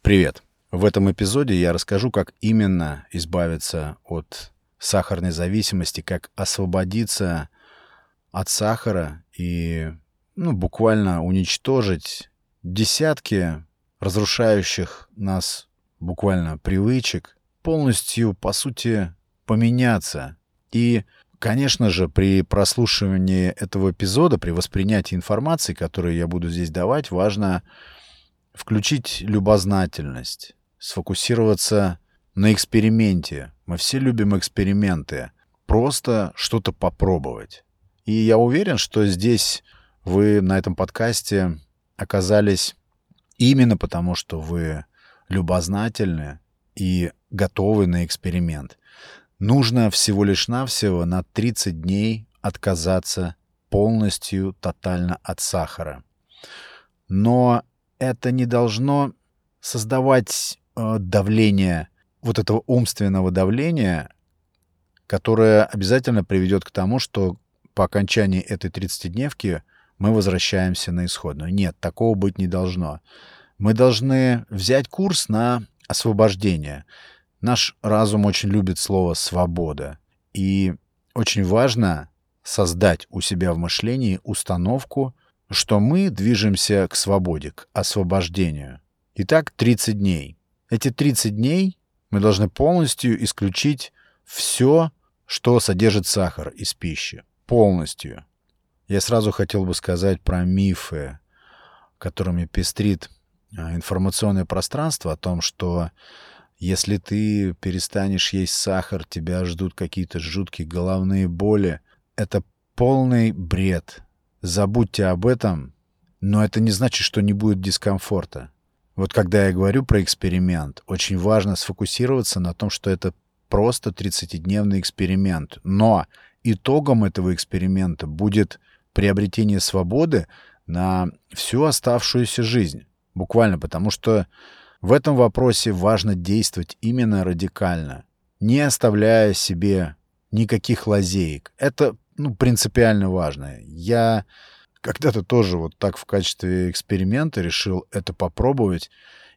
Привет! В этом эпизоде я расскажу, как именно избавиться от сахарной зависимости, как освободиться от сахара и буквально уничтожить десятки разрушающих нас буквально привычек, полностью, по сути, поменяться. И, конечно же, при прослушивании этого эпизода, при воспринятии информации, которую я буду здесь давать, важно включить любознательность, сфокусироваться на эксперименте. Мы все любим эксперименты. Просто что-то попробовать. И я уверен, что здесь вы на этом подкасте оказались именно потому, что вы любознательны и готовы на эксперимент. Нужно всего лишь навсего на 30 дней отказаться полностью, тотально от сахара. Но это не должно создавать давление, вот этого умственного давления, которое обязательно приведет к тому, что по окончании этой 30-дневки мы возвращаемся на исходную. Нет, такого быть не должно. Мы должны взять курс на освобождение. Наш разум очень любит слово «свобода». И очень важно создать у себя в мышлении установку, что мы движемся к свободе, к освобождению. Итак, 30 дней. Эти 30 дней мы должны полностью исключить все, что содержит сахар из пищи. Полностью. Я сразу хотел бы сказать про мифы, которыми пестрит информационное пространство, о том, что если ты перестанешь есть сахар, тебя ждут какие-то жуткие головные боли. Это полный бред. Забудьте об этом, но это не значит, что не будет дискомфорта. Вот когда я говорю про эксперимент, очень важно сфокусироваться на том, что это просто 30-дневный эксперимент. Но итогом этого эксперимента будет приобретение свободы на всю оставшуюся жизнь. Буквально, потому что в этом вопросе важно действовать именно радикально, не оставляя себе никаких лазеек. Это принципиально важно. Я когда-то тоже вот так в качестве эксперимента решил это попробовать,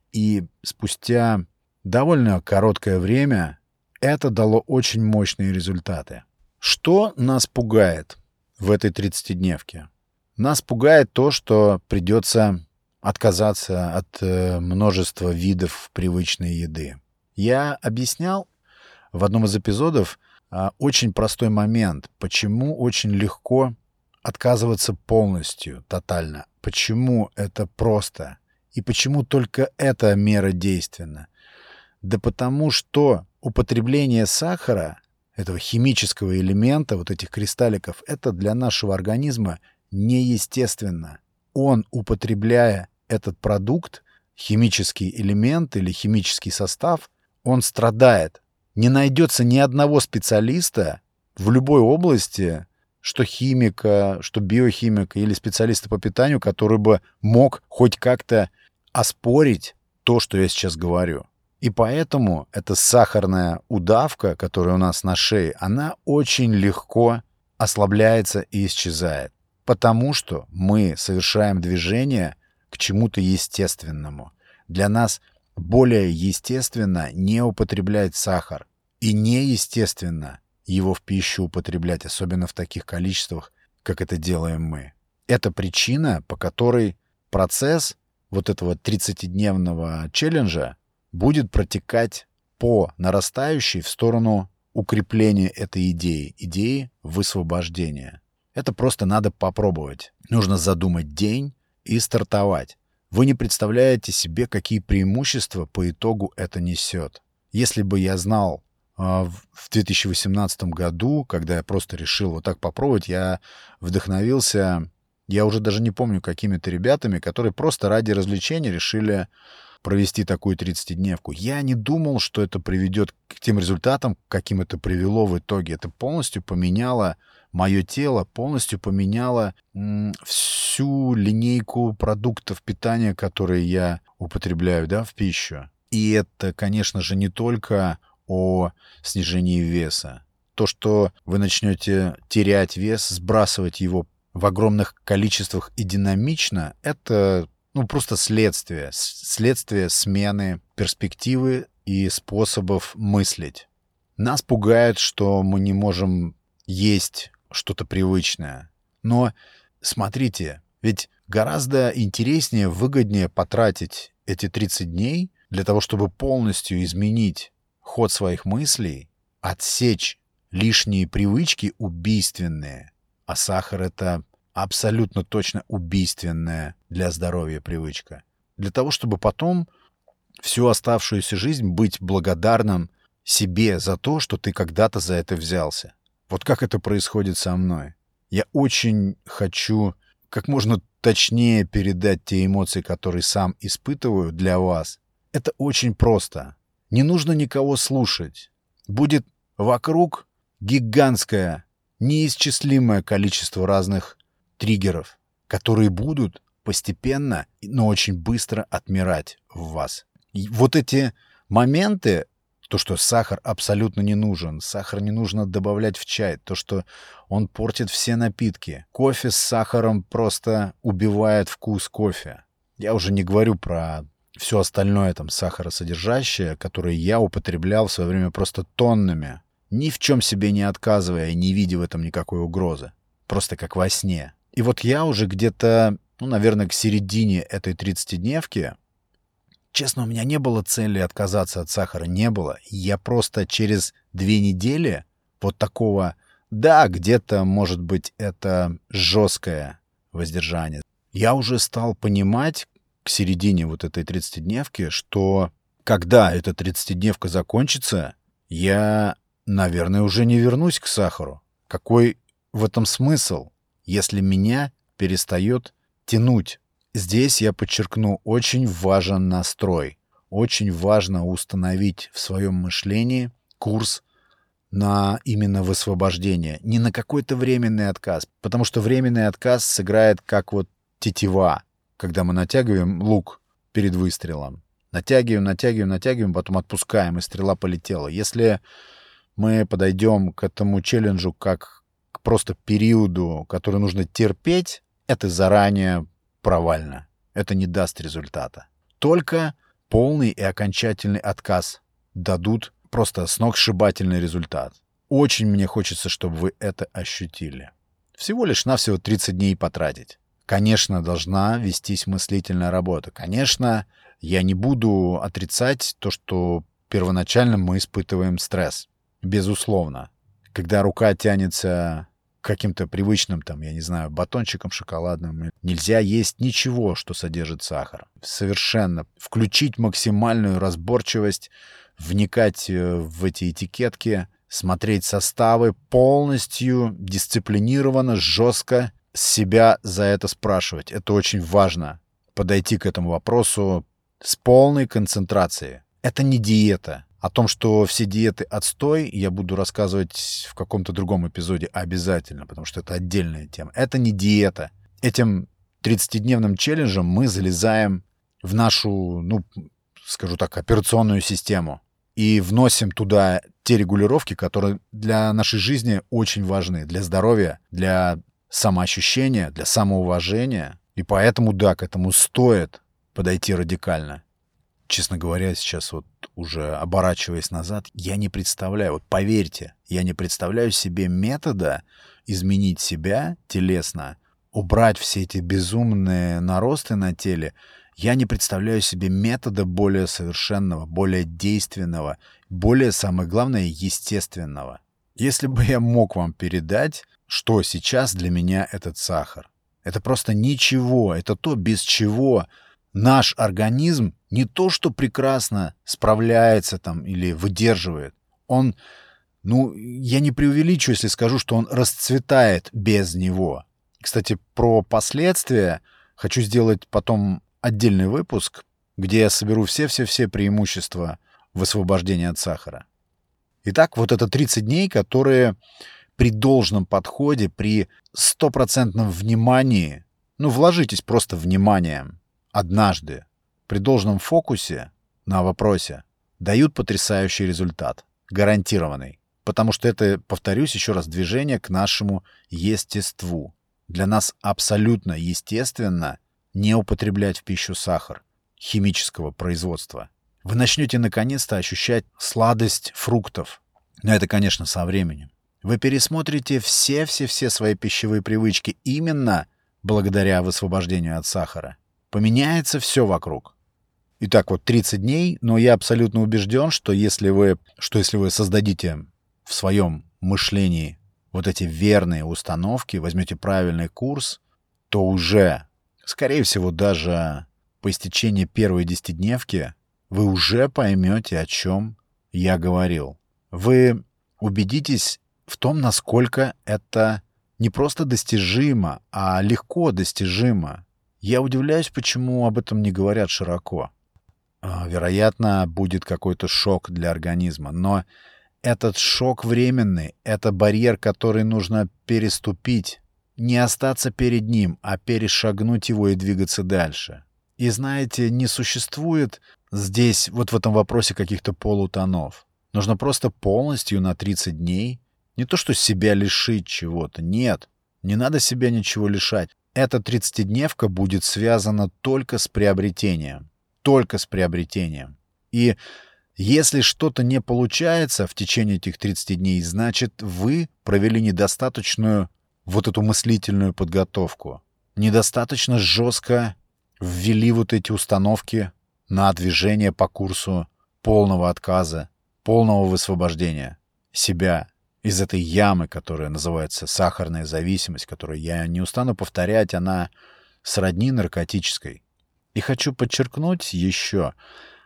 и спустя довольно короткое время это дало очень мощные результаты. Что нас пугает в этой 30-дневке? Нас пугает то, что придется отказаться от множества видов привычной еды. Я объяснял в одном из эпизодов очень простой момент, почему очень легко отказываться полностью, тотально. Почему это просто? И почему только эта мера действенна? Да потому что употребление сахара, этого химического элемента, вот этих кристалликов, это для нашего организма неестественно. Он, употребляя этот продукт, химический элемент или химический состав, он страдает. Не найдется ни одного специалиста в любой области, что химика, что биохимика или специалиста по питанию, который бы мог хоть как-то оспорить то, что я сейчас говорю. И поэтому эта сахарная удавка, которая у нас на шее, она очень легко ослабляется и исчезает. Потому что мы совершаем движение к чему-то естественному. Для нас более естественно не употреблять сахар. И неестественно его в пищу употреблять, особенно в таких количествах, как это делаем мы. Это причина, по которой процесс вот этого 30-дневного челленджа будет протекать по нарастающей в сторону укрепления этой идеи высвобождения. Это просто надо попробовать. Нужно задумать день и стартовать. Вы не представляете себе, какие преимущества по итогу это несет. Если бы я знал в 2018 году, когда я просто решил вот так попробовать, я вдохновился, я уже даже не помню, какими-то ребятами, которые просто ради развлечения решили провести такую 30-дневку. Я не думал, что это приведет к тем результатам, каким это привело в итоге. Это полностью поменяло мое тело, полностью поменяло всю линейку продуктов питания, которые я употребляю, в пищу. И это, конечно же, не только о снижении веса. То, что вы начнете терять вес, сбрасывать его в огромных количествах и динамично, это ну, просто следствие смены перспективы и способов мыслить. Нас пугает, что мы не можем есть что-то привычное. Но смотрите, ведь гораздо интереснее, выгоднее потратить эти 30 дней для того, чтобы полностью изменить ход своих мыслей, отсечь лишние привычки убийственные. А сахар — это абсолютно точно убийственная для здоровья привычка. Для того, чтобы потом всю оставшуюся жизнь быть благодарным себе за то, что ты когда-то за это взялся. Вот как это происходит со мной. Я очень хочу как можно точнее передать те эмоции, которые сам испытываю для вас. Это очень просто. Не нужно никого слушать. Будет вокруг гигантское, неисчислимое количество разных триггеров, которые будут постепенно, но очень быстро отмирать в вас. И вот эти моменты, то, что сахар абсолютно не нужен, сахар не нужно добавлять в чай, то, что он портит все напитки. Кофе с сахаром просто убивает вкус кофе. Я уже не говорю про все остальное там сахаросодержащее, которое я употреблял в свое время просто тоннами, ни в чем себе не отказывая и не видя в этом никакой угрозы. Просто как во сне. И вот я уже где-то, наверное, к середине этой 30-дневки, честно, у меня не было цели отказаться от сахара, не было. Я просто через 2 недели вот такого, да, где-то, может быть, это жесткое воздержание. Я уже стал понимать к середине вот этой 30-дневки, что когда эта 30-дневка закончится, я, наверное, уже не вернусь к сахару. Какой в этом смысл, если меня перестает тянуть? Здесь я подчеркну, очень важен настрой. Очень важно установить в своем мышлении курс на именно высвобождение. Не на какой-то временный отказ. Потому что временный отказ сыграет как вот тетива, когда мы натягиваем лук перед выстрелом. Натягиваем, потом отпускаем, и стрела полетела. Если мы подойдем к этому челленджу как к просто периоду, который нужно терпеть, это заранее провально. Это не даст результата. Только полный и окончательный отказ дадут просто сногсшибательный результат. Очень мне хочется, чтобы вы это ощутили. Всего лишь навсего 30 дней потратить. Конечно, должна вестись мыслительная работа. Конечно, я не буду отрицать то, что первоначально мы испытываем стресс. Безусловно. Когда рука тянется к каким-то привычным, там, я не знаю, батончикам шоколадным, нельзя есть ничего, что содержит сахар. Совершенно. Включить максимальную разборчивость, вникать в эти этикетки, смотреть составы, полностью дисциплинированно, жестко себя за это спрашивать. Это очень важно. Подойти к этому вопросу с полной концентрацией. Это не диета. О том, что все диеты отстой, я буду рассказывать в каком-то другом эпизоде обязательно, потому что это отдельная тема. Это не диета. Этим 30-дневным челленджем мы залезаем в нашу, скажу так, операционную систему и вносим туда те регулировки, которые для нашей жизни очень важны, для здоровья, для самоощущения, для самоуважения. И поэтому, да, к этому стоит подойти радикально. Честно говоря, сейчас вот уже оборачиваясь назад, я не представляю, вот поверьте, я не представляю себе метода изменить себя телесно, убрать все эти безумные наросты на теле. Я не представляю себе метода более совершенного, более действенного, более, самое главное, естественного. Если бы я мог вам передать, что сейчас для меня этот сахар. Это просто ничего, это то, без чего наш организм не то что прекрасно справляется там или выдерживает. Он, я не преувеличу, если скажу, что он расцветает без него. Кстати, про последствия хочу сделать потом отдельный выпуск, где я соберу все-все-все преимущества высвобождения от сахара. Итак, вот это 30 дней, которые при должном подходе, при 100% внимании, вложитесь просто вниманием однажды, при должном фокусе на вопросе, дают потрясающий результат, гарантированный. Потому что это, повторюсь еще раз, движение к нашему естеству. Для нас абсолютно естественно не употреблять в пищу сахар химического производства. Вы начнете наконец-то ощущать сладость фруктов. Но это, конечно, со временем. Вы пересмотрите все свои пищевые привычки именно благодаря высвобождению от сахара. Поменяется все вокруг. Итак, вот 30 дней, но я абсолютно убежден, что если вы создадите в своем мышлении вот эти верные установки, возьмете правильный курс, то уже, скорее всего, даже по истечении первой 10-дневки вы уже поймете, о чем я говорил. Вы убедитесь в том, насколько это не просто достижимо, а легко достижимо. Я удивляюсь, почему об этом не говорят широко. Вероятно, будет какой-то шок для организма, но этот шок временный, это барьер, который нужно переступить, не остаться перед ним, а перешагнуть его и двигаться дальше. И знаете, не существует здесь, вот в этом вопросе, каких-то полутонов. Нужно просто полностью на 30 дней не то что себя лишить чего-то, нет, не надо себя ничего лишать. Эта 30-дневка будет связана только с приобретением. Только с приобретением. И если что-то не получается в течение этих 30 дней, значит, вы провели недостаточную вот эту мыслительную подготовку. Недостаточно жестко ввели вот эти установки на движение по курсу полного отказа, полного высвобождения себя из этой ямы, которая называется сахарная зависимость, которую я не устану повторять, она сродни наркотической. И хочу подчеркнуть еще,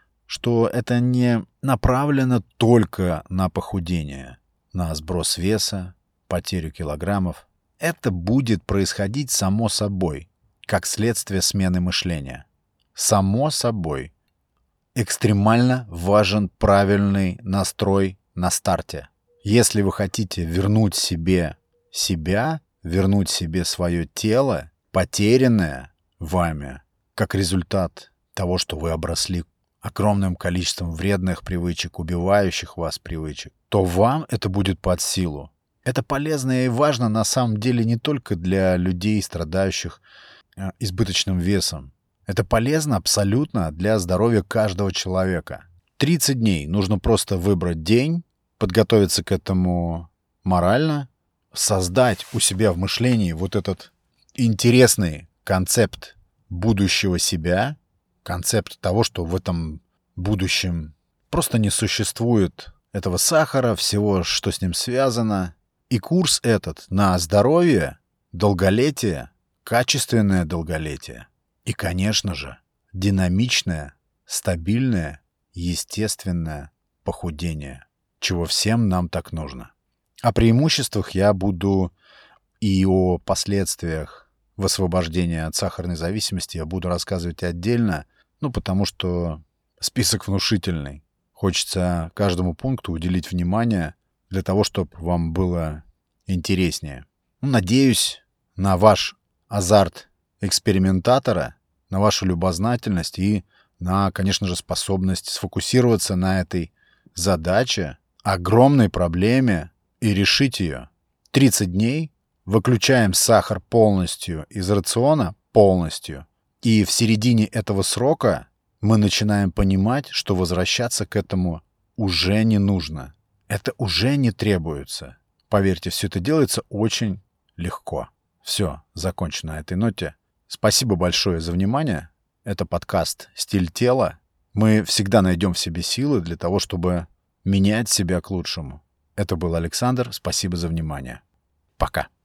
что это не направлено только на похудение, на сброс веса, потерю килограммов. Это будет происходить само собой, как следствие смены мышления. Само собой. Экстремально важен правильный настрой на старте. Если вы хотите вернуть себе себя, вернуть себе свое тело, потерянное вами, как результат того, что вы обросли огромным количеством вредных привычек, убивающих вас привычек, то вам это будет под силу. Это полезно и важно на самом деле не только для людей, страдающих избыточным весом. Это полезно абсолютно для здоровья каждого человека. 30 дней. Нужно просто выбрать день, подготовиться к этому морально, создать у себя в мышлении вот этот интересный концепт будущего себя, концепт того, что в этом будущем просто не существует этого сахара, всего, что с ним связано. И курс этот на здоровье, долголетие, качественное долголетие и, конечно же, динамичное, стабильное, естественное похудение, чего всем нам так нужно. О преимуществах я буду и о последствиях высвобождения от сахарной зависимости я буду рассказывать отдельно, потому что список внушительный. Хочется каждому пункту уделить внимание для того, чтобы вам было интереснее. Надеюсь на ваш азарт экспериментатора, на вашу любознательность и на, конечно же, способность сфокусироваться на этой задаче, огромной проблеме и решить ее. 30 дней, выключаем сахар полностью из рациона, полностью, и в середине этого срока мы начинаем понимать, что возвращаться к этому уже не нужно. Это уже не требуется. Поверьте, все это делается очень легко. Все, закончу на этой ноте. Спасибо большое за внимание. Это подкаст «Стиль тела». Мы всегда найдем в себе силы для того, чтобы менять себя к лучшему. Это был Александр. Спасибо за внимание. Пока.